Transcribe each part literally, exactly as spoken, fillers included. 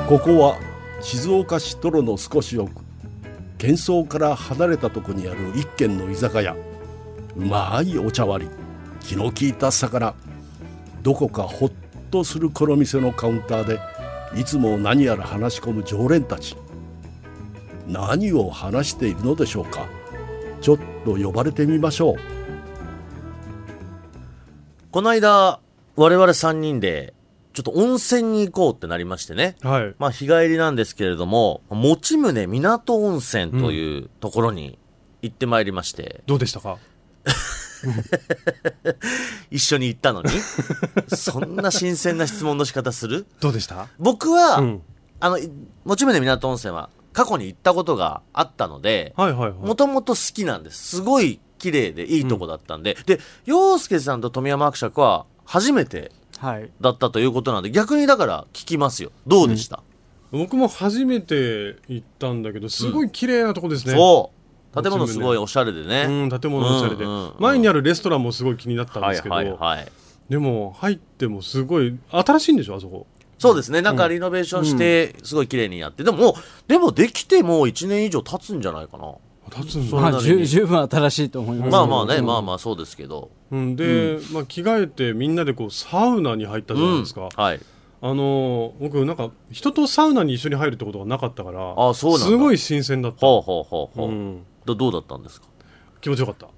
ここは静岡市泥の少し奥、喧騒から離れたとこにある一軒の居酒屋。うまいお茶割り、気の利いた魚、どこかほっとするこの店のカウンターでいつも何やら話し込む常連たち。何を話しているのでしょうか。ちょっと呼ばれてみましょう。 この間我々さんにんでちょっと温泉に行こうってなりましてね、 はい、 まあ日帰りなんですけれども、用宗港温泉というところに行ってまいりまして、 うん、どうでしたか？ 一緒に行ったのにそんな新鮮な質問の仕方する？ どうでした？ 僕は、うん、あの用宗港温泉は過去に行ったことがあったので、もともと好きなんです。すごい綺麗でいいとこだったんで、うん、で陽介さんと富山伯爵は初めてだったということなんで、逆にだから聞きますよ。どうでした？ うん、僕も初めて行ったんだけど、すごい綺麗なとこですね。 うん、そう建物すごいおしゃれでね、 うん、建物おしゃれで、うんうんうん、前にあるレストランもすごい気になったんですけど、はいはいはい、でも入ってもすごい新しいんでしょ、あそこ。 そうですね、なんかリノベーションしてすごい綺麗にやって、うん、でももうでもできてもういちねん以上経つんじゃないかな。 経つんだ、 まあ、十分新しいと思います。 まあまあね、うん、まあまあそうですけど、 うん、で、うん、まあ、着替えてみんなでこうサウナに入ったじゃないですか、うん、はい、あの僕なんか人とサウナに一緒に入るってことがなかったから、 あ、そうなんだ、 すごい新鮮だった。 ほうほうほうほう、うん、ど, どうだったんですか？ 気持ちよかった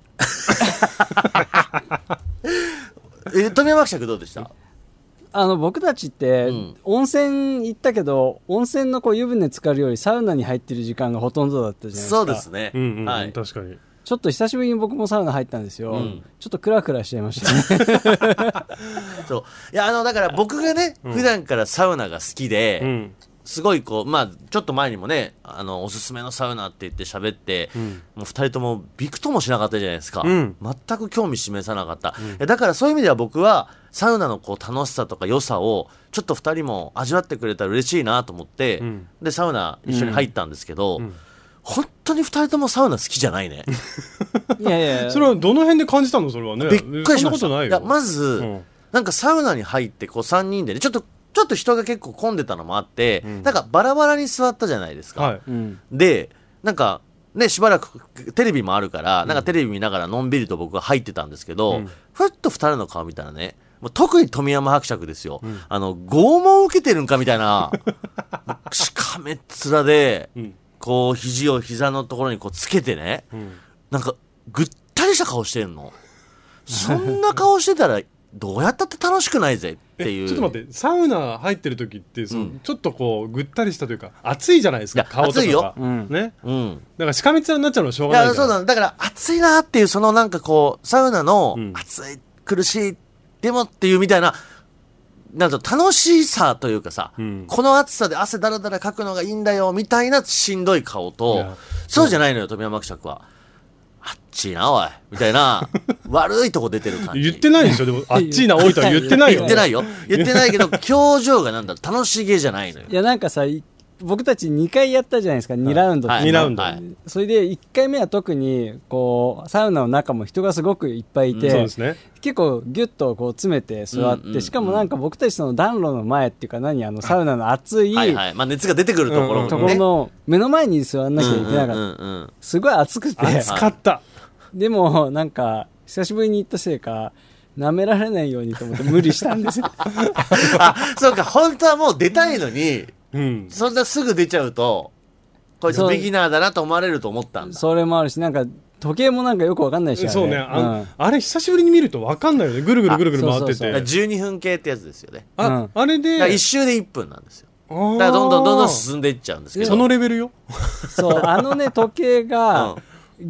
え富山伯爵どうでした？ あの僕たちって、うん、温泉行ったけど温泉のこう湯船浸かるよりサウナに入ってる時間がほとんどだったじゃないですか。 そうですね、 うんうん、 はい、 確かにちょっと久しぶりに僕もサウナ入ったんですよ、うん、ちょっとクラクラしちゃいましたねそういやあのだから僕がね、うん、普段からサウナが好きで、うん、すごいこうまあちょっと前にもねあのおすすめのサウナって言って喋って、うん、もうふたりともびくともしなかったじゃないですか、うん、全く興味示さなかった、うん、だからそういう意味では僕はサウナのこう楽しさとか良さをちょっとふたりも味わってくれたら嬉しいなと思って、うん、でサウナ一緒に入ったんですけど、うんうん、本当にふたりともサウナ好きじゃないねいやいやそれはどの辺で感じたの？それはねびっくりしました。 そんなことないよ。 いやまず、うん、なんかサウナに入ってこうさんにんでねちょっとちょっと人が結構混んでたのもあって、うん、なんかバラバラに座ったじゃないですか、はい、でなんかねしばらくテレビもあるから、うん、なんかテレビ見ながらのんびりと僕は入ってたんですけど、うん、ふっとふたりの顔見たらねもう特に富山伯爵ですよ、うん、あの拷問受けてるんかみたいなしかめっ面で、うん、こう肘を膝のところにこうつけてね、うん、なんかぐったりした顔してんのそんな顔してたらどうやったって楽しくないぜっていう。 ちょっと待って、サウナ入ってる時ってその、うん、ちょっとこうぐったりしたというか暑いじゃないですか、顔とかが暑いよ、 ね、 うん、 だからしかめっ面になっちゃうのはしょうがないから。 いやそうだ、だから暑いなっていうそのなんかこうサウナの暑い、苦しいでもっていうみたいななんと楽しさというかさ、うん、この暑さで汗だらだらかくのがいいんだよみたいなしんどい顔と、そうじゃないのよ富山伯爵は。あっちいなおいみたいな悪いとこ出てる感じ。 言ってないでしょでもあっちいなおいとは言ってないよ言ってないよ言ってないけど表情がなんだ楽しげじゃないのよ。 いやなんかさ僕たちにかいやったじゃないですか、にラウンドって、 はい、にラウンド、はい、 それでいっかいめは特にこうサウナの中も人がすごくいっぱいいて、うん、そうですね、結構ギュッとこう詰めて座って、うんうんうん、しかもなんか僕たちその暖炉の前っていうか何あのサウナの熱い、 はいはい、まあ、熱が出てくるところ、ね、うん、 ところの目の前に座らなきゃいけなかった、うんうんうんうん、すごい暑くて暑かった、はい、 でもなんか久しぶりに行ったせいか舐められないようにと思って無理したんですよあ、そうか本当はもう出たいのにうん、そんなすぐ出ちゃうとこいつビギナーだなと思われると思ったんだ。 そ, それもあるしなんか時計もなんかよく分かんないし、 そうね、あ、うん、あれ久しぶりに見ると分かんないよね、ぐるぐるぐるぐる回ってて。そうそうそう、 じゅうにふん計ってやつですよね。 あ、うん、あれでいっ周でいっぷんなんですよ。だからどんどんどんどん進んでいっちゃうんですけど、 そのレベルよそうあのね時計が、うん、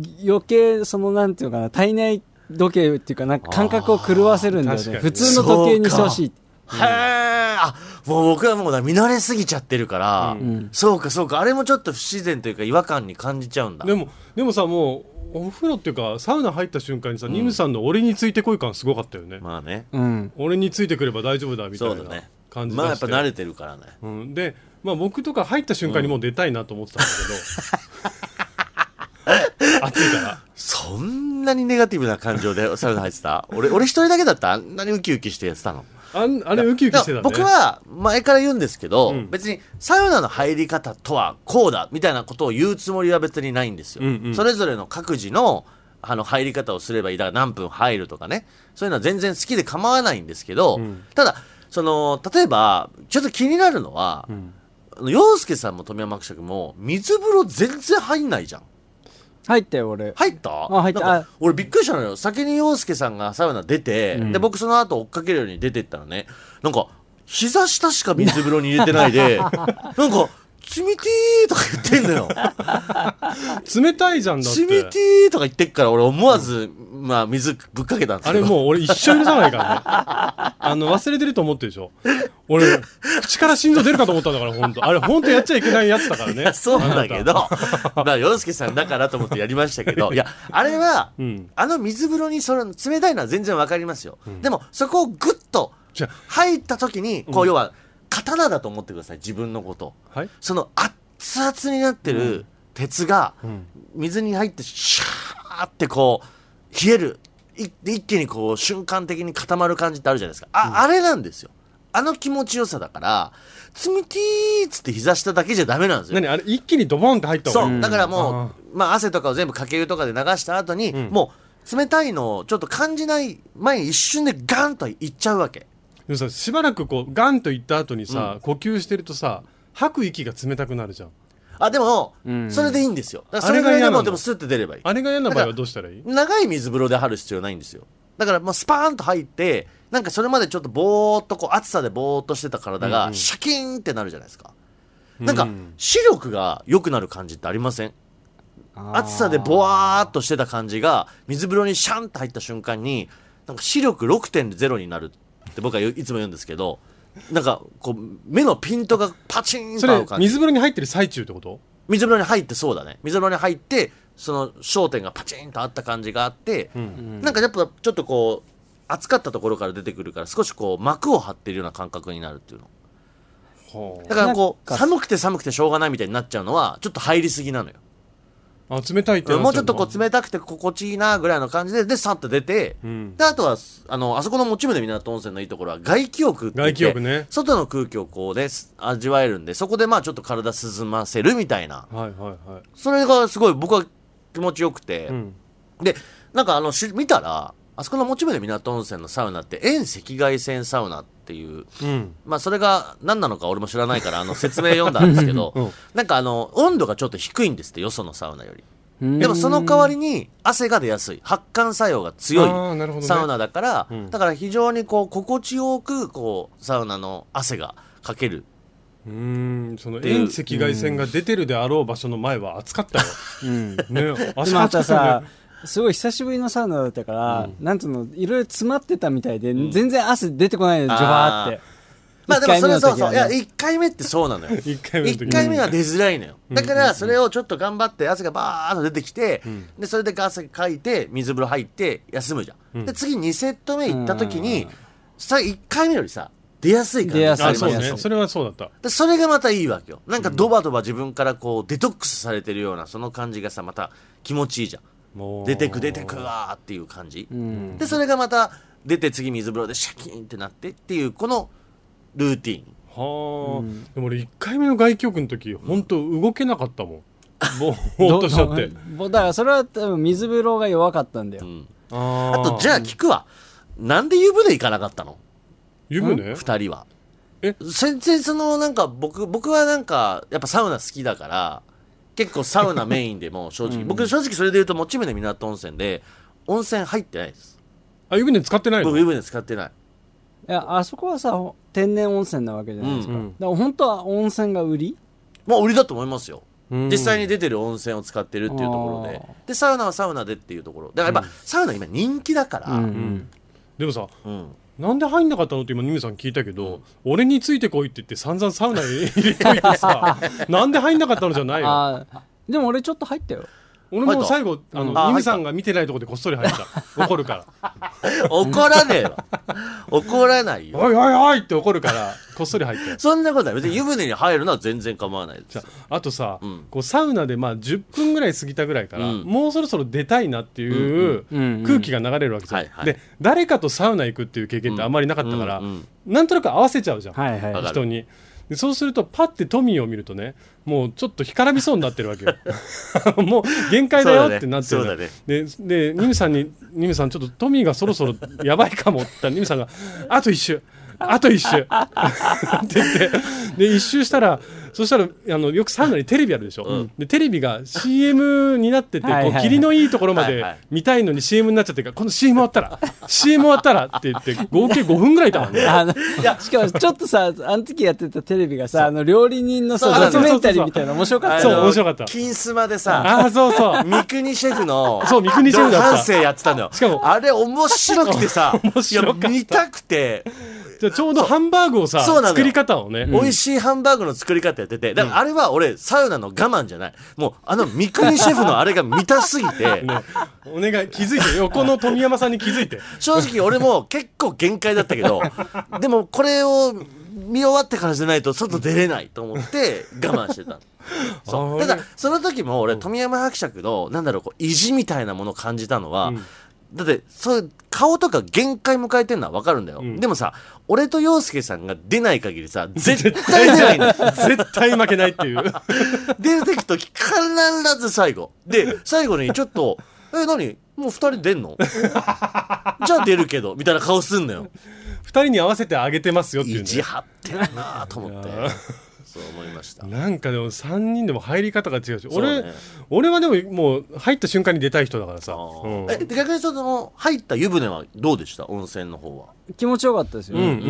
余計そのなんていうかな体内時計っていうかなんか感覚を狂わせるんだよね。普通の時計にしてほしい。 へー、あ、もう僕はもう見慣れすぎちゃってるから、うん、そうかそうか、あれもちょっと不自然というか違和感に感じちゃうんだ。 でもでもさ、もうお風呂っていうかサウナ入った瞬間にさ、うん、ニムさんの俺についてこい感すごかったよね。 まあね、 うん、俺についてくれば大丈夫だみたいな感じで、そうだね、 まあやっぱ慣れてるからね、 うん、で、まあ、僕とか入った瞬間にもう出たいなと思ってたんだけど、うん、暑いから。 そんなにネガティブな感情でサウナ入ってた俺俺一人だけだったあんなにウキウキしてやってたの。 あんあれウキウキしてたね。 僕は前から言うんですけど、うん、別にサウナの入り方とはこうだみたいなことを言うつもりは別にないんですよ、うんうん、それぞれの各自のあの入り方をすればいい。だから何分入るとかね、そういうのは全然好きで構わないんですけど、うん、ただその例えばちょっと気になるのは、うん、陽介さんも富山伯爵も水風呂全然入んないじゃん。 入ったよ俺。 入った？ あ、入った。 俺びっくりしたのよ。先に陽介さんがサウナ出て、うん、で僕その後追っかけるように出てったらね、なんか膝下しか水風呂に入れてないでなんか冷てーとか言ってんのよ冷たいじゃんだって。 冷てーとか言ってっから俺思わず、うん、まあ水ぶっかけたんですけど、 あれもう俺一生許さないからねあの忘れてると思ってるでしょ。俺口から心臓出るかと思ったんだから本当。あれ本当やっちゃいけないやつだからね。 いやそうだけどまあ陽介さんだからと思ってやりましたけどいやあれは、うん、あの水風呂にそれ冷たいのは全然わかりますよ、うん、でもそこをグッと入った時にこう、うん、要は刀だと思ってください自分のこと、はい、その熱々になってる鉄が水に入ってシャーってこう冷える、一気にこう瞬間的に固まる感じってあるじゃないですか。 あ,、うん、あれなんですよ。あの気持ちよさだから冷てーっつって膝下だけじゃダメなんですよ。 何あれ一気にドボンって入った方がいい。 そうだからもう、まあ、汗とかを全部かけ湯とかで流した後に、うん、もう冷たいのをちょっと感じない前に一瞬でガンといっちゃうわけ。 でもさしばらくこうガンといった後にさ、うん、呼吸してるとさ吐く息が冷たくなるじゃん。 あでも、うん、それでいいんですよ。だからそれぐらいでもでもスッて出ればいい。 あれが嫌な場合はどうしたらいい？ 長い水風呂で張る必要ないんですよ。だからまあスパーンと入ってなんかそれまでちょっとぼーっとこう暑さでぼーっとしてた体がシャキーンってなるじゃないですか、うんうん、なんか視力が良くなる感じってありません？暑さでぼわーっとしてた感じが水風呂にシャンと入った瞬間になんか視力 ろくてんゼロ になるって僕はいつも言うんですけど、なんかこう目のピントがパチンと合う感じ。 それ水風呂に入ってる最中ってこと？ 水風呂に入ってそうだね。水風呂に入ってその焦点がパチンとあった感じがあって、うん、なんかやっぱちょっとこう暑かったところから出てくるから少しこう膜を張ってるような感覚になるっていうの。だからこう寒くて寒くてしょうがないみたいになっちゃうのはちょっと入りすぎなのよ。 あ冷たいってもうちょっとこう冷たくて心地いいなぐらいの感じででさっと出て、うん、であとはあのあそこの持宗港温泉のいいところは外気浴って言って外気浴、ね、 外の空気をこうね味わえるんでそこでまあちょっと体涼ませるみたいな、 はいはいはい、 それがすごい僕は気持ちよくて、うん、でなんかあのし見たらあそこの持宗港温泉のサウナって遠赤外線サウナっていう、うん、まあそれが何なのか俺も知らないからあの説明読んだんですけど、うん、なんかあの温度がちょっと低いんですってよそのサウナより。でもその代わりに汗が出やすい発汗作用が強いサウナだから、ねうん、だから非常にこう心地よくこうサウナの汗がかける。 うーんその遠赤外線が出てるであろう場所の前は暑かったよ、うんね、 足またさすごい久しぶりのサウナだったから、うん、なんつうのいろいろ詰まってたみたいで、うん、全然汗出てこないのジョバーって。 まあでもそれそうそういやいっかいめってそうなのよいっかいめいっかいめは出づらいのよ、うん、だからそれをちょっと頑張って汗がバーッと出てきて、うん、でそれで汗かいて水風呂入って休むじゃん、うん、で次にセット目行った時にさいっかいめよりさ出やすい感じがありますよ。そうねそれはそうだった。 でそれがまたいいわけよ。なんかドバドバ自分からこうデトックスされてるようなその感じがさまた気持ちいいじゃん。出てく出てくわーっていう感じ、うん、でそれがまた出て次水風呂でシャキーンってなってっていうこのルーティンはあ、うん、でも俺いっかいめの外気浴の時本当動けなかったもんぼーっとしちゃってだからそれは多分水風呂が弱かったんだよ、うん、 あ, あとじゃあ聞くわなんで湯船行かなかったの湯船ふたりはえ全然そのなんか僕僕はなんかやっぱサウナ好きだから結構サウナメインでも正直、うん、僕正直それで言うと持宗港温泉で温泉入ってないです。 あ湯船使ってないの？ 僕湯船使ってない。 いやあそこはさ天然温泉なわけじゃないですか、うん、だから本当は温泉が売り？ まあ売りだと思いますよ、うん、実際に出てる温泉を使ってるっていうところででサウナはサウナでっていうところだからやっぱ、うん、サウナ今人気だから、うんうん、 でもさ、うん、なんで入んなかったのって今ニムさん聞いたけど、うん、俺についてこいって言って散々サウナに入れといてさなんで入んなかったのじゃないよ。 あでも俺ちょっと入ったよ。 俺も最後あのユミさんが見てないところでこっそり入った怒るから怒らねえわ怒らないよおいおいおいって怒るからこっそり入ってそんなことない別に湯船に入るのは全然構わないです。 あとさ、うん、こうサウナでまあじゅっぷんぐらい過ぎたぐらいから、うん、もうそろそろ出たいなっていう空気が流れるわけじゃん、うんうん、で誰かとサウナ行くっていう経験ってあんまりなかったから、うんうんうん、なんとなく合わせちゃうじゃん、はいはい、人にでそうするとパッてトミーを見るとねもうちょっと干からびそうになってるわけよもう限界だよってなってる、ねね、ででニムさんにニムさんちょっとトミーがそろそろやばいかもって言ったらニムさんがあと一周あと一周って言ってで一周したらそしたらあのよくサウナにテレビあるでしょ、うん、でテレビが シーエム になってて、はいはいはい、こう霧のいいところまで見たいのに シーエム になっちゃってるからこの シーエム 終わったら シーエム 終わったらって言って合計ごふんぐらいいたもんねあのいやしかもちょっとさあの時やってたテレビがさあの料理人のさドキュメンタリーみたいな面白かったそう面白かった金スマでさあそうそう三國シェフのそう三國シェフだった半生やってたんだよしかもあれ面白くてさ面白かったいや見たくてじゃちょうどハンバーグをさ作り方をね、 うん、美味しいハンバーグの作り方やっててだからあれは俺サウナの我慢じゃないもうあの三國シェフのあれが見たすぎて、ね、 お願い気づいて横の富山さんに気づいて正直俺も結構限界だったけどでもこれを見終わってからじゃないと外出れないと思って我慢してたそうただその時も俺富山伯爵のなんだろうこう意地みたいなものを感じたのは、うんだってそういう顔とか限界迎えてるのは分かるんだよ、うん、でもさ俺と陽介さんが出ない限りさ絶対出ないんだよ絶対負けないっていう出てく時必ず最後で最後にちょっとえ何もうふたり出んのじゃあ出るけどみたいな顔すんのよふたりに合わせてあげてますよっていう、ね、 意地張ってるなと思ってそう思いましたなんかでもさんにんでも入り方が違うし俺、ね、俺はでももう入った瞬間に出たい人だからさ、 うん、え逆にその入った湯船はどうでした温泉の方は気持ちよかったですよね、うんうんうん、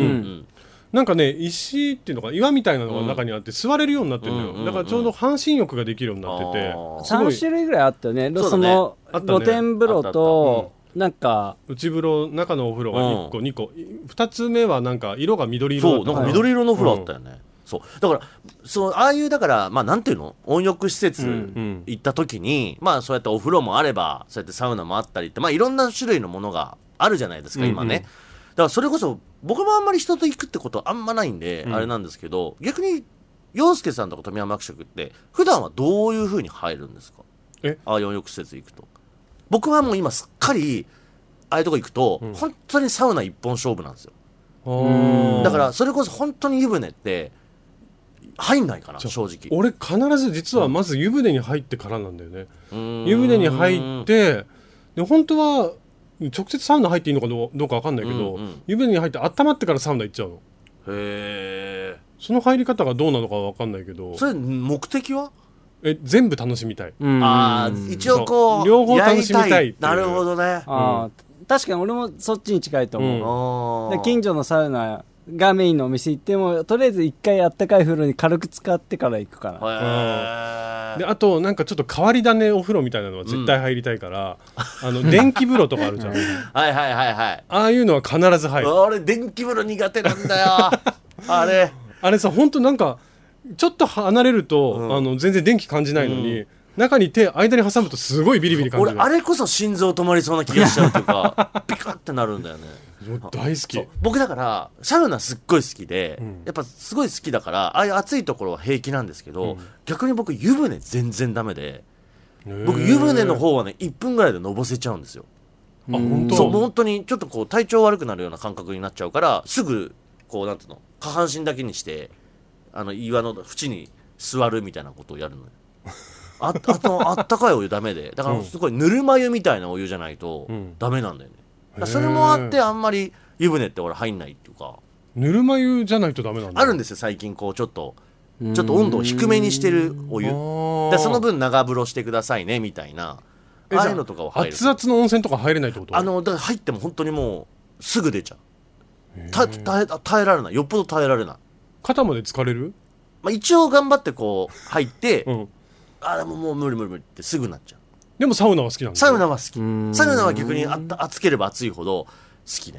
なんかね石っていうのか岩みたいなのが中にあって座れるようになってるのよ、うんうんうんうん、だからちょうど半身浴ができるようになっててさん種類ぐらいあったよねその露天風呂となんか内風呂中のお風呂がいっこ、うん、にこふたつめはなんか色が緑色だったそうなんか緑色の風呂あったよね、うんそうだからそうああいうだからまあなんていうの温浴施設行った時に、うん、まあそうやってお風呂もあればそうやってサウナもあったりってまあいろんな種類のものがあるじゃないですか今ね、うんうん、だからそれこそ僕もあんまり人と行くってことはあんまないんで、うん、あれなんですけど逆に陽介さんとか富山伯爵って普段はどういう風に入るんですかえああいう温浴施設行くと僕はもう今すっかりああいうとこ行くと、うん、本当にサウナ一本勝負なんですよだからそれこそ本当に湯船って入んないかな正直俺必ず実はまず湯船に入ってからなんだよね、うん、湯船に入ってで本当は直接サウナ入っていいのかどうか分かんないけど、うんうん、湯船に入って温まってからサウナ行っちゃうのへえその入り方がどうなのかは分かんないけどそれ目的はえ全部楽しみたい、 うん、あ一応こう両方楽しみたいってなるほどねあ、うん、確かに俺もそっちに近いと思う、うん、で近所のサウナがメインのお店行ってもとりあえず一回あったかい風呂に軽く使ってから行くかな、 うん、であとなんかちょっと変わり種お風呂みたいなのは絶対入りたいから、うん、あの電気風呂とかあるじゃんはいはいはいはいああいうのは必ず入る俺電気風呂苦手なんだよあれあれさ本当なんかちょっと離れると、うん、あの全然電気感じないのに、うん中に手間に挟むとすごいビリビリ感じる俺あれこそ心臓止まりそうな気がしちゃうというかピカッてなるんだよね大好き僕だからサウナすっごい好きで、うん、やっぱすごい好きだからああいう暑いところは平気なんですけど、うん、逆に僕湯船全然ダメで僕湯船の方はねいっぷんぐらいでのぼせちゃうんですよあ本当そう本当にちょっとこう体調悪くなるような感覚になっちゃうからすぐこうなんていうの下半身だけにしてあの岩の縁に座るみたいなことをやるのよあ, あとあったかいお湯ダメでだからすごいぬるま湯みたいなお湯じゃないとダメなんだよね、うん、それもあってあんまり湯船って俺入んないっていうかぬるま湯じゃないとダメなんだあるんですよ最近こうちょっとちょっと温度を低めにしてるお湯でその分長風呂してくださいねみたいなああいうのとかを入る熱々の温泉とか入れないってことあのだから入っても本当にもうすぐ出ちゃうた耐え耐えられないよっぽど耐えられない肩まで疲れる、 まあ、一応頑張ってこう入って、うんあでももう無理無理無理ってすぐなっちゃうでもサウナは好きなんだサウナは好きサウナは逆にあった暑ければ暑いほど好きね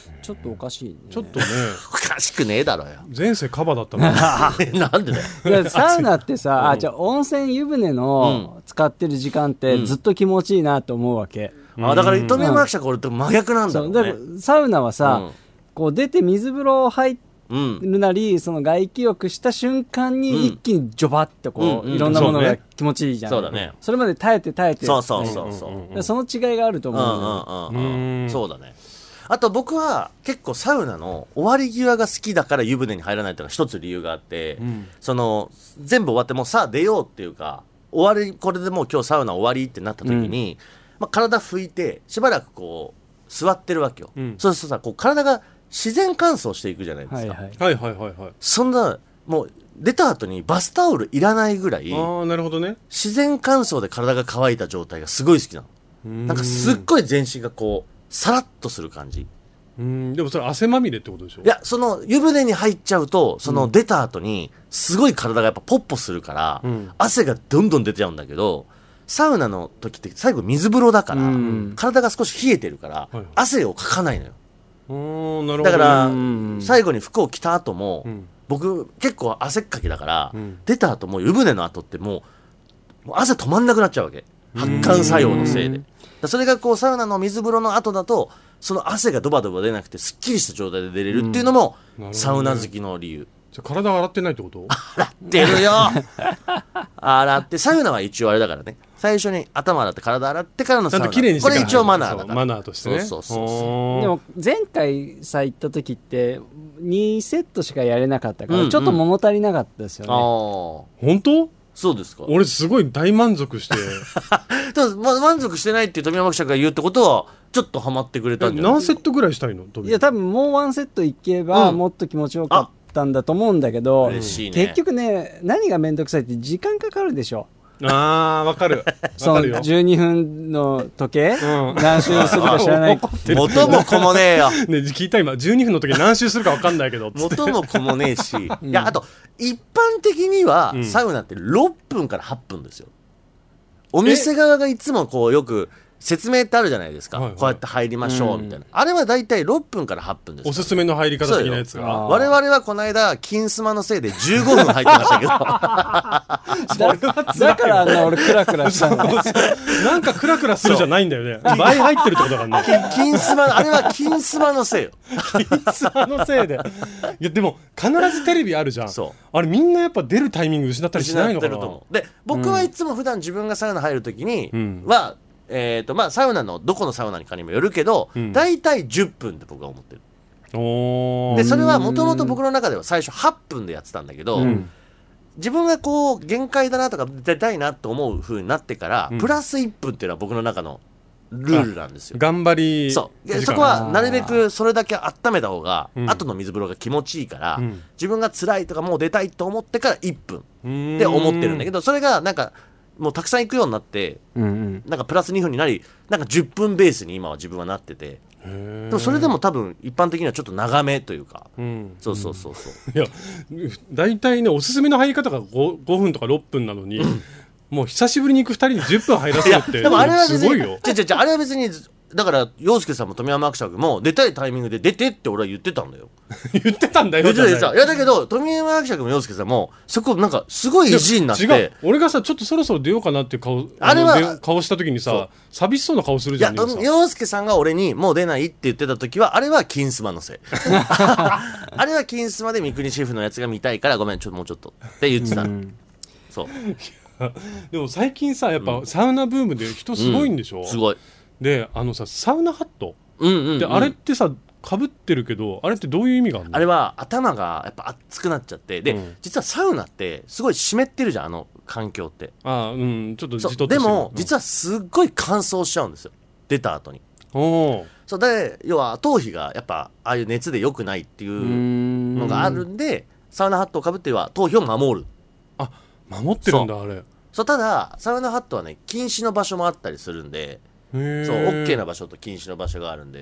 ちょっとおかしいね。 ちょっとねおかしくねえだろよ。 前世カバだったのなんでだよ。 サウナってさ、あじゃあ温泉湯船の使ってる時間ってずっと気持ちいいなと思うわけ、 うん、あだから富山学者これって真逆なんだろうね。 そうだからサウナはさ、うん、こう出て水風呂入ってるなり、うん、その外気浴した瞬間に一気にジョバッとこう、うん、いろんなものが気持ちいいじゃん、 そうだね、 それまで耐えて耐えて、 そうそうそうそう、 その違いがあると思う、 うんうんうん、そうだね。あと僕は結構サウナの終わり際が好きだから湯船に入らないというのが一つ理由があって、うん、その全部終わってもうさあ出ようっていうか終わりこれでもう今日サウナ終わりってなった時に、うんまあ、体拭いてしばらくこう座ってるわけよ、うん、そうするとさこう体が自然乾燥していくじゃないですか、 はいはいはいはいはい、 そんなもう出た後にバスタオルいらないぐらい、 あなるほどね、 自然乾燥で体が乾いた状態がすごい好きなの。なんかすっごい全身がこうさらっとする感じ。 うんでもそれ汗まみれってことでしょ。 いやその湯船に入っちゃうとその出た後にすごい体がやっぱポッポするから、うん、汗がどんどん出ちゃうんだけどサウナの時って最後水風呂だから、うん、体が少し冷えてるから、はい、汗をかかないのよ。 うんなるほど、 だから最後に服を着た後も、うん、僕結構汗っかきだから、うん、出た後も湯船の後ってもう、もう汗止まんなくなっちゃうわけ、発汗作用のせいで。それがこうサウナの水風呂の後だとその汗がドバドバ出なくてすっきりした状態で出れるっていうのも、うんね、サウナ好きの理由。 じゃあ体洗ってないってこと？ 洗ってるよ洗ってサウナは一応あれだからね、最初に頭洗って体洗ってからのサウナ、 ちゃんと綺麗にしてからこれ一応マナーだから、 マナーとしてね。 そうそうそうそう。 でも前回さ行った時ってにセットしかやれなかったから、うんうん、ちょっと物足りなかったですよね。あ本当？ そうですか。 俺すごい大満足してま、満足してないって富山記者が言うってことはちょっとハマってくれたんじゃない？ 何セットぐらいしたいの？ いや多分もうワンセットいけば、うん、もっと気持ちよかったんだと思うんだけど、 嬉しいね、 結局ね何がめんどくさいって時間かかるでしょ。 あーわかるそのじゅうにふんの時計、うん、何周するか知らない元も子もねえよね聞いた今じゅうにふんの時計何周するか分かんないけど元も子もねえし、うん、いやあと一般的にはサウナってろっぷんからはっぷんですよ。お店側がいつもこうよく説明ってあるじゃないですか、はいはい、こうやって入りましょうみたいな、うん、あれはだいたいろっぷんからはっぷんです。 おすすめの入り方的なやつが我々はこの間金スマのせいでじゅうごふん入ってましたけどだ, だからあんな俺クラクラしたんだなんかクラクラするじゃないんだよね。倍入ってるってことがね金スマあれは金スマのせいよ金スマのせいでいやでも必ずテレビあるじゃん。そうあれみんなやっぱ出るタイミング失ったりしないのかな。 で僕はいつも普段自分がサウナ入るときには、うんえーとまあ、サウナのどこのサウナにかにもよるけど、うん、大体じゅっぷんって僕は思ってる。おでそれはもともと僕の中では最初はっぷんでやってたんだけど、うん、自分がこう限界だなとか出たいなと思う風になってから、うん、プラスいっぷんっていうのは僕の中のルールなんですよ。 頑張りそうでそこはなるべくそれだけ温めた方が、うん、後の水風呂が気持ちいいから、うん、自分が辛いとかもう出たいと思ってからいっぷんって思ってるんだけど、それがなんかもうたくさん行くようになって、うんうん、なんかプラスにふんになりなんかじゅっぷんベースに今は自分はなってて、でもそれでも多分一般的にはちょっと長めというか、うん、そうそうそうそう、 いや大体ねおすすめの入り方が 5, ごふんとかろっぷんなのに、うん、もう久しぶりに行くふたりにじゅっぷん入らせるってでもあれは別にすごいよ。 ちょちょちょあれは別にだから陽介さんも富山伯爵も出たいタイミングで出てって俺は言ってたんだよ言ってたんだよ。 言ってた言ってた。いやだけど富山伯爵も陽介さんもそこなんかすごい意地になって、違う俺がさちょっとそろそろ出ようかなっていう顔あれは顔した時にさ寂しそうな顔するじゃん。いや陽介さんが俺にもう出ないって言ってた時はあれは金スマのせいあれは金スマで三國シェフのやつが見たいからごめんちょっともうちょっとって言ってたそうでも最近さやっぱサウナブームで人すごいんでしょ、うん、 すごい。 であのさサウナハット、うんうんうん、であれってさかぶってるけどあれってどういう意味があるの？ あれは頭がやっぱ熱くなっちゃってで、うん、実はサウナってすごい湿ってるじゃんあの環境って。 あ、うん、ちょっとじとっとしてる。 でも、うん、実はすっごい乾燥しちゃうんですよ出た後に。おそうで要は頭皮がやっぱああいう熱で良くないっていうのがあるんでサウナハットをかぶっては頭皮を守る。 あ守ってるんだあれ。 そうただサウナハットはね禁止の場所もあったりするんでそう OK な場所と禁止の場所があるんで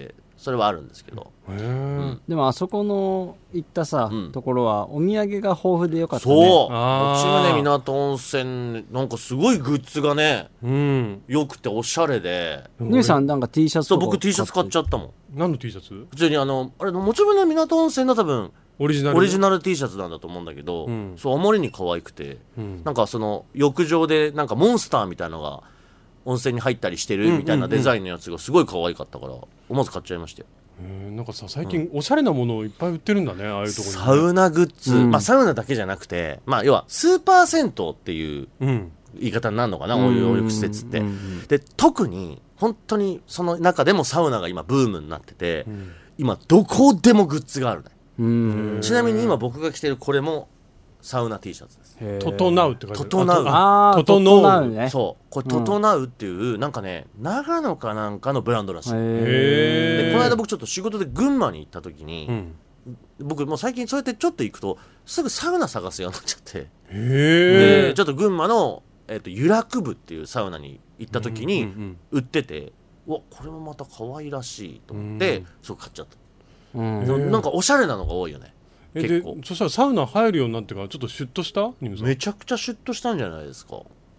それはあるんですけど、 へ、うん、でもあそこの行ったさ、うん、ところはお土産が豊富でよかったね。 そう内宗港温泉なんかすごいグッズがね、うん、よくておしゃれで。 ニューさんなんか T シャツとか。 そう僕 T シャツ買っちゃったもん。 何の T シャツ？ 普通にあのあれもちろん港温泉の多分オリジナルオリジナル T シャツなんだと思うんだけど、うん、そうあまりに可愛くて、うん、なんかその浴場でなんかモンスターみたいなのが温泉に入ったりしてるみたいなデザインのやつがすごい可愛かったから思わず買っちゃいましたよ。 へなんかさ最近おしゃれなものをいっぱい売ってるんだね、ああいうところに、ね、 サウナグッズ、うん、まあサウナだけじゃなくて、まあ要はスーパー銭湯っていう言い方になるのかな、うん、お湯お湯施設って、うん、で特に本当にその中でもサウナが今ブームになってて、うん、今どこでもグッズがあるね。うん、ちなみに今僕が着てるこれもサウナ T シャツです。 整うって書いてある。 整う。 ああ、整うね。 そう。これ整うっていう、うん、なんかね、長野かなんかのブランドらしい。で、この間僕ちょっと仕事で群馬に行った時に、うん、僕もう最近そうやってちょっと行くとすぐサウナ探すようになっちゃって、へでちょっと群馬の、えーと、湯楽部っていうサウナに行った時に売ってて、うんうんうん、うわこれもまた可愛らしいと思って、うん、そう買っちゃった。うん、なんかおしゃれなのが多いよね。 えでそしたらサウナ入るようになってからちょっとシュッとした？ めちゃくちゃシュッとしたんじゃないですか。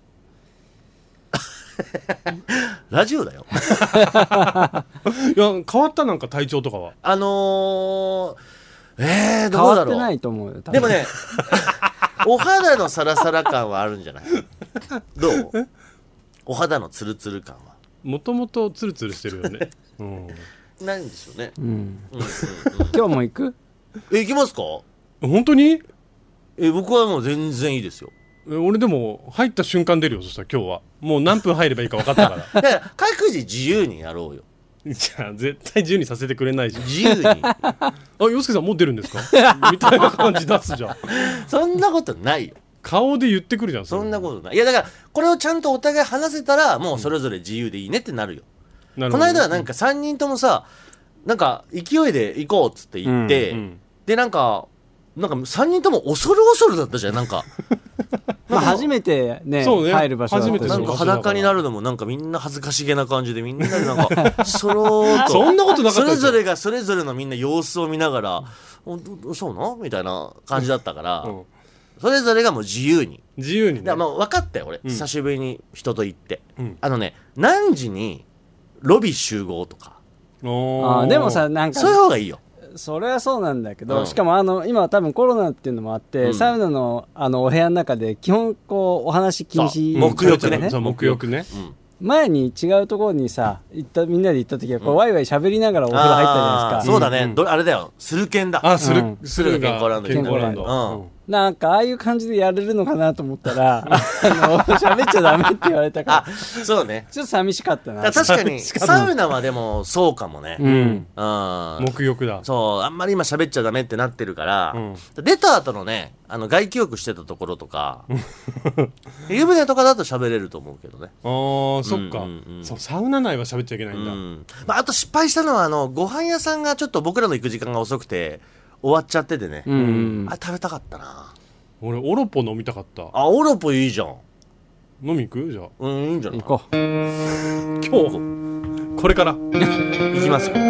ラジオだよ。いや変わったなんか体調とかはあのー、えー、どうだろう。変わってないと思うよ。 でもねお肌のサラサラ感はあるんじゃない？どう？お肌のツルツル感はもともとツルツルしてるよね。うん、 ないんでしょうね。うんうんうんうん、今日も行く？ え行きますか？ 本当に？ え僕はもう全然いいですよ。 え俺でも入った瞬間出るよ。そしたら今日はもう何分入ればいいか分かったから。 だから各自自由にやろうよ。 じゃあ絶対自由にさせてくれないし。 自由に。あ洋介さんもう出るんですか？みたいな感じ出すじゃん。 そんなことないよ。 顔で言ってくるじゃん。 そんなことない。いやだからこれをちゃんとお互い話せたらもうそれぞれ自由でいいねってなるよ。うん、この間はなんかさんにんともさなんか勢いで行こうっつって言って、うんうん、でなんかなんかさんにんとも恐る恐るだったじゃんなんか。 まあ初めて ね, ね入る場所だったなんか裸になるのもなんかみんな恥ずかしげな感じでみんなでなんかそろーっとそんなことなかったそれぞれがそれぞれのみんな様子を見ながらそうなみたいな感じだったから、うん、それぞれがもう自由に自由にね。 まあ分かったよ俺、うん、久しぶりに人と行って、うん、あのね何時にロビー集合とかあでもさなんかそういう方がいいよ。 それはそうなんだけど、うん、しかもあの今は多分コロナっていうのもあって、うん、サウナ の, あのお部屋の中で基本こうお話禁止、 沐浴ね。 そう沐浴ね、 うん、前に違うところにさ行ったみんなで行った時はこう、うん、ワイワイ喋りながらお風呂入ったじゃないですか。 そうだね、うん、あれだよスルケンだ。 あスル、うん、 スル健康ランド健康ランド、 うんなんかああいう感じでやれるのかなと思ったらあの喋っちゃダメって言われたからあそうねちょっと寂しかったな。 確かにサウナはでもそうかもね、うん、うん、 沐浴だ。 そうあんまり今喋っちゃダメってなってるから、うん、出た後のねあの外気浴してたところとか湯船とかだと喋れると思うけどね。 あーそっか、うんうんうん、そうサウナ内は喋っちゃいけないんだ、うんまあ、あと失敗したのはあのご飯屋さんがちょっと僕らの行く時間が遅くて終わっちゃっててね、うん、あれ食べたかったな。 俺オロポ飲みたかった。 あオロポいいじゃん。 飲み行くじゃあ。 うんいいんじゃない。 行こう今日これから行きますよ。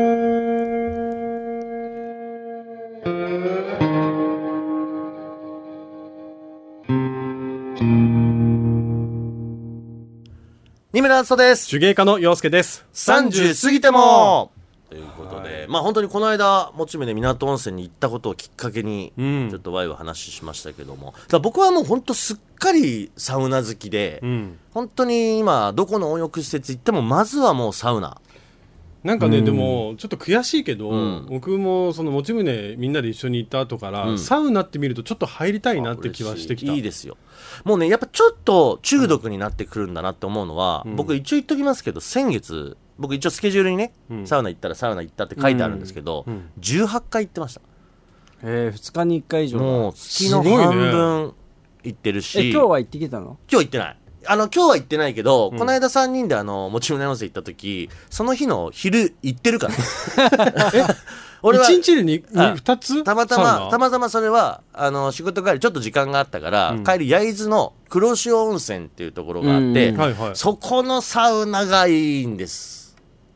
二村敦人です。 手芸家の陽介です。 さんじゅう過ぎてもということで、まあ本当にこの間もちめで港温泉に行ったことをきっかけにちょっとワイワイ話しましたけども、うん、だ僕はもう本当すっかりサウナ好きで、うん、本当に今どこの温浴施設行ってもまずはもうサウナ。 なんかね、うん、でもちょっと悔しいけど、うん、僕もそのもちむねみんなで一緒に行った後から、うん、サウナって見るとちょっと入りたいなって気はしてきた。 いいですよ。もうねやっぱちょっと中毒になってくるんだなって思うのは、うん、僕一応言っときますけど先月僕一応スケジュールにね、うん、サウナ行ったらサウナ行ったって書いてあるんですけど、うんうん、じゅうはちかい行ってました。 えー、ふつかにいっかい以上。 もう月の半分行ってるし、 ね、え今日は行ってきたの？ 今日行ってない。あの今日は行ってないけど、うん、この間さんにんであのもちむね温泉行った時その日の昼行ってるからえ俺はいちにちにふたつたまたまたまたまそれはあの仕事帰りちょっと時間があったから、うん、帰り焼津の黒潮温泉っていうところがあって、うんうんはいはい、そこのサウナがいいんです。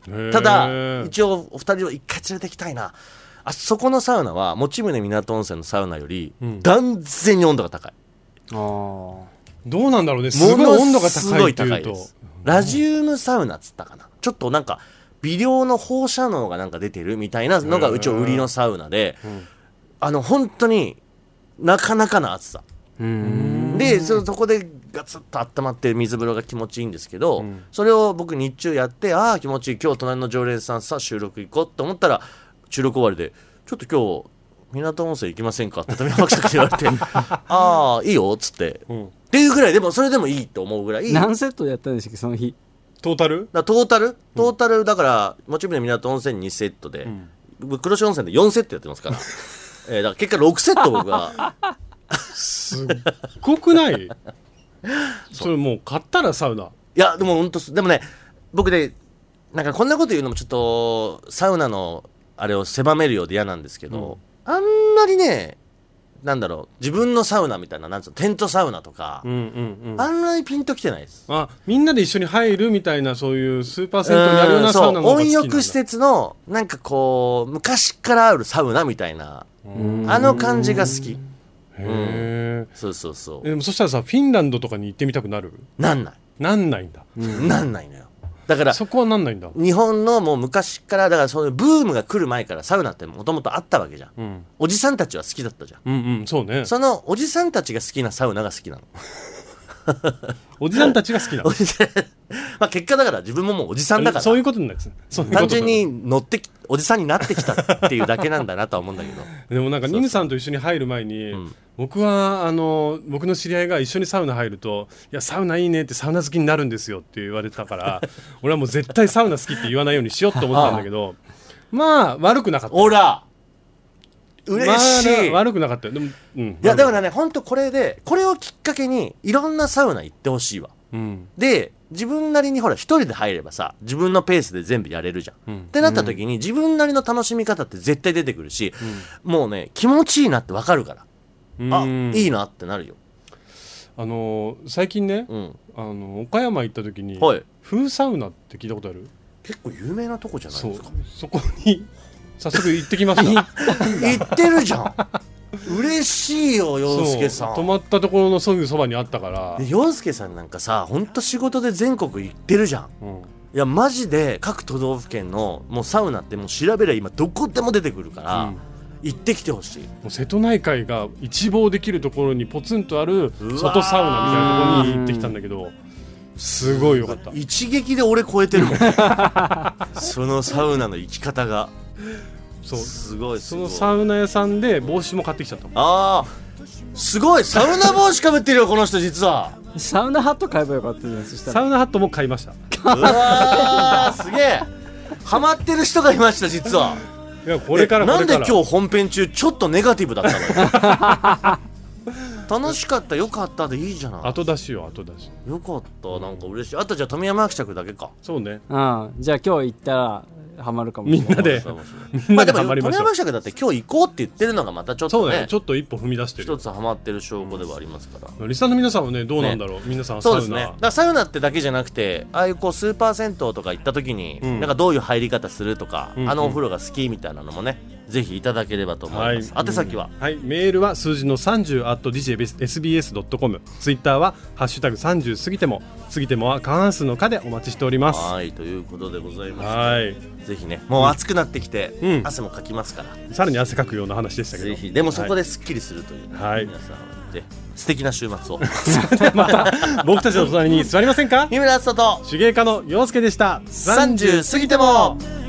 ただ一応お二人を一回連れてきたいな。あそこのサウナは用宗港温泉のサウナより断然に温度が高い、 うん、あどうなんだろうね。すごい温度が高いっていうとラジウムサウナっつったかな、ちょっとなんか微量の放射能がなんか出てるみたいなのがうち売りのサウナで、うん、あの本当になかなかな暑さで、そこでガツッと温まって水風呂が気持ちいいんですけど、うん、それを僕日中やって、ああ気持ちいい、今日隣の常連さんさ収録行こうと思ったら収録終わりでちょっと今日港温泉行きませんかって富山伯爵に言われてああいいよっつって、うん、っていうぐらい、でもそれでもいいと思うぐらい。 何セットでやったんでしたっけその日。 トータルだトータルトータルだから用宗港温泉にセットで、うん、黒潮温泉でよんセットやってますからえー、だから結果ろくセット僕がすっごくないそれもう買ったらサウナ。いやでも本当でもね、僕でなんかこんなこと言うのもちょっとサウナのあれを狭めるようで嫌なんですけど、うん、あんまりねなんだろう自分のサウナみたいな、なんつうのテントサウナとか、うんうんうん、あんまりピンときてないです。 あみんなで一緒に入るみたいな、そういうスーパー銭湯にあるようなサウナの方が好きなんだ。 温浴施設のなんかこう昔からあるサウナみたいなあの感じが好き。へえ、うん、そうそうそう。 でもそしたらさフィンランドとかに行ってみたくなる？ なんないなんないんだ、 うん、なんないのよ。だからそこはなんないんだ。 日本のもう昔からだからそのブームが来る前からサウナってもともとあったわけじゃん、うん、おじさんたちは好きだったじゃん。 うんうんそうね。 そのおじさんたちが好きなサウナが好きなのおじさんたちが好きなのまあ結果だから自分ももうおじさんだからそういうことになるんです。 単純に乗ってきおじさんになってきたっていうだけなんだなとは思うんだけどでもなんかニムさんと一緒に入る前に、うん、僕はあの僕の知り合いが一緒にサウナ入るといやサウナいいねってサウナ好きになるんですよって言われてたから俺はもう絶対サウナ好きって言わないようにしようと思ったんだけどまあ悪くなかった。 ほら嬉しい、 まあ、悪くなかったよ。でも、うん、いやだからね本当これでこれをきっかけにいろんなサウナ行ってほしいわ、うん、で自分なりにほら一人で入ればさ自分のペースで全部やれるじゃん、うん、ってなった時に自分なりの楽しみ方って絶対出てくるし、うん、もうね気持ちいいなって分かるから、うん、あいいなってなるよ。 あのー、最近ね、うん、あの岡山行った時に、はい、風サウナって聞いたことある？ 結構有名なとこじゃないですか。 そ, そこに早速行ってきました行ってるじゃん嬉しいよ陽介さん。 泊まったところのすぐそばにあったから陽介さんなんかさほんと仕事で全国行ってるじゃん、うん、いやマジで各都道府県のもうサウナってもう調べれば今どこでも出てくるから、うん、行ってきてほしい。 もう瀬戸内海が一望できるところにポツンとある外サウナみたいなところに行ってきたんだけどすごいよかった。 一撃で俺超えてるもんそのサウナの生き方がそうすごいすごい。 そのサウナ屋さんで帽子も買ってきちゃった。 あーすごいサウナ帽子かぶってるよこの人実は。 サウナハット買えばよかったね。そしたらサウナハットも買いました。 うわーすげえハマってる人がいました実は。 いやこれからこれからなんで今日本編中ちょっとネガティブだったの楽しかったよかったでいいじゃない。 後出しよ後出しよかったなんか嬉しい。あとじゃあ富山伯爵だけか。 そうね、 うん、じゃあ今日行ったらハマるかもしれない。 みんなでみんなでハマりましょう。 富山伯爵だって今日行こうって言ってるのがまたちょっと ね, そうねちょっと一歩踏み出してる一つハマってる証拠ではありますから、 うん、リスナーの皆さんはねどうなんだろう、ね、皆さんサウナ。 そうですね。だからサウナってだけじゃなくてああいうこうスーパー銭湯とか行った時に、うん、なんかどういう入り方するとか、うんうん、あのお風呂が好きみたいなのもねぜひいただければと思います、はい、宛先は、 はい、メールは数字のさんじゅう アット ディージェーエスビーエス ドット コム、 ツイッターはハッシュタグさんじゅう過ぎても過ぎてもは過半数の課でお待ちしております。 はいということでございまして、はい、ぜひねもう暑くなってきて、うん、汗もかきますから、 さらに汗かくような話でしたけどぜひでもそこですっきりするという、ね、はい、皆さんで素敵な週末をまた僕たちの隣に座りませんか。 三村敦人と手芸家の陽介でした。 さんじゅう過ぎても。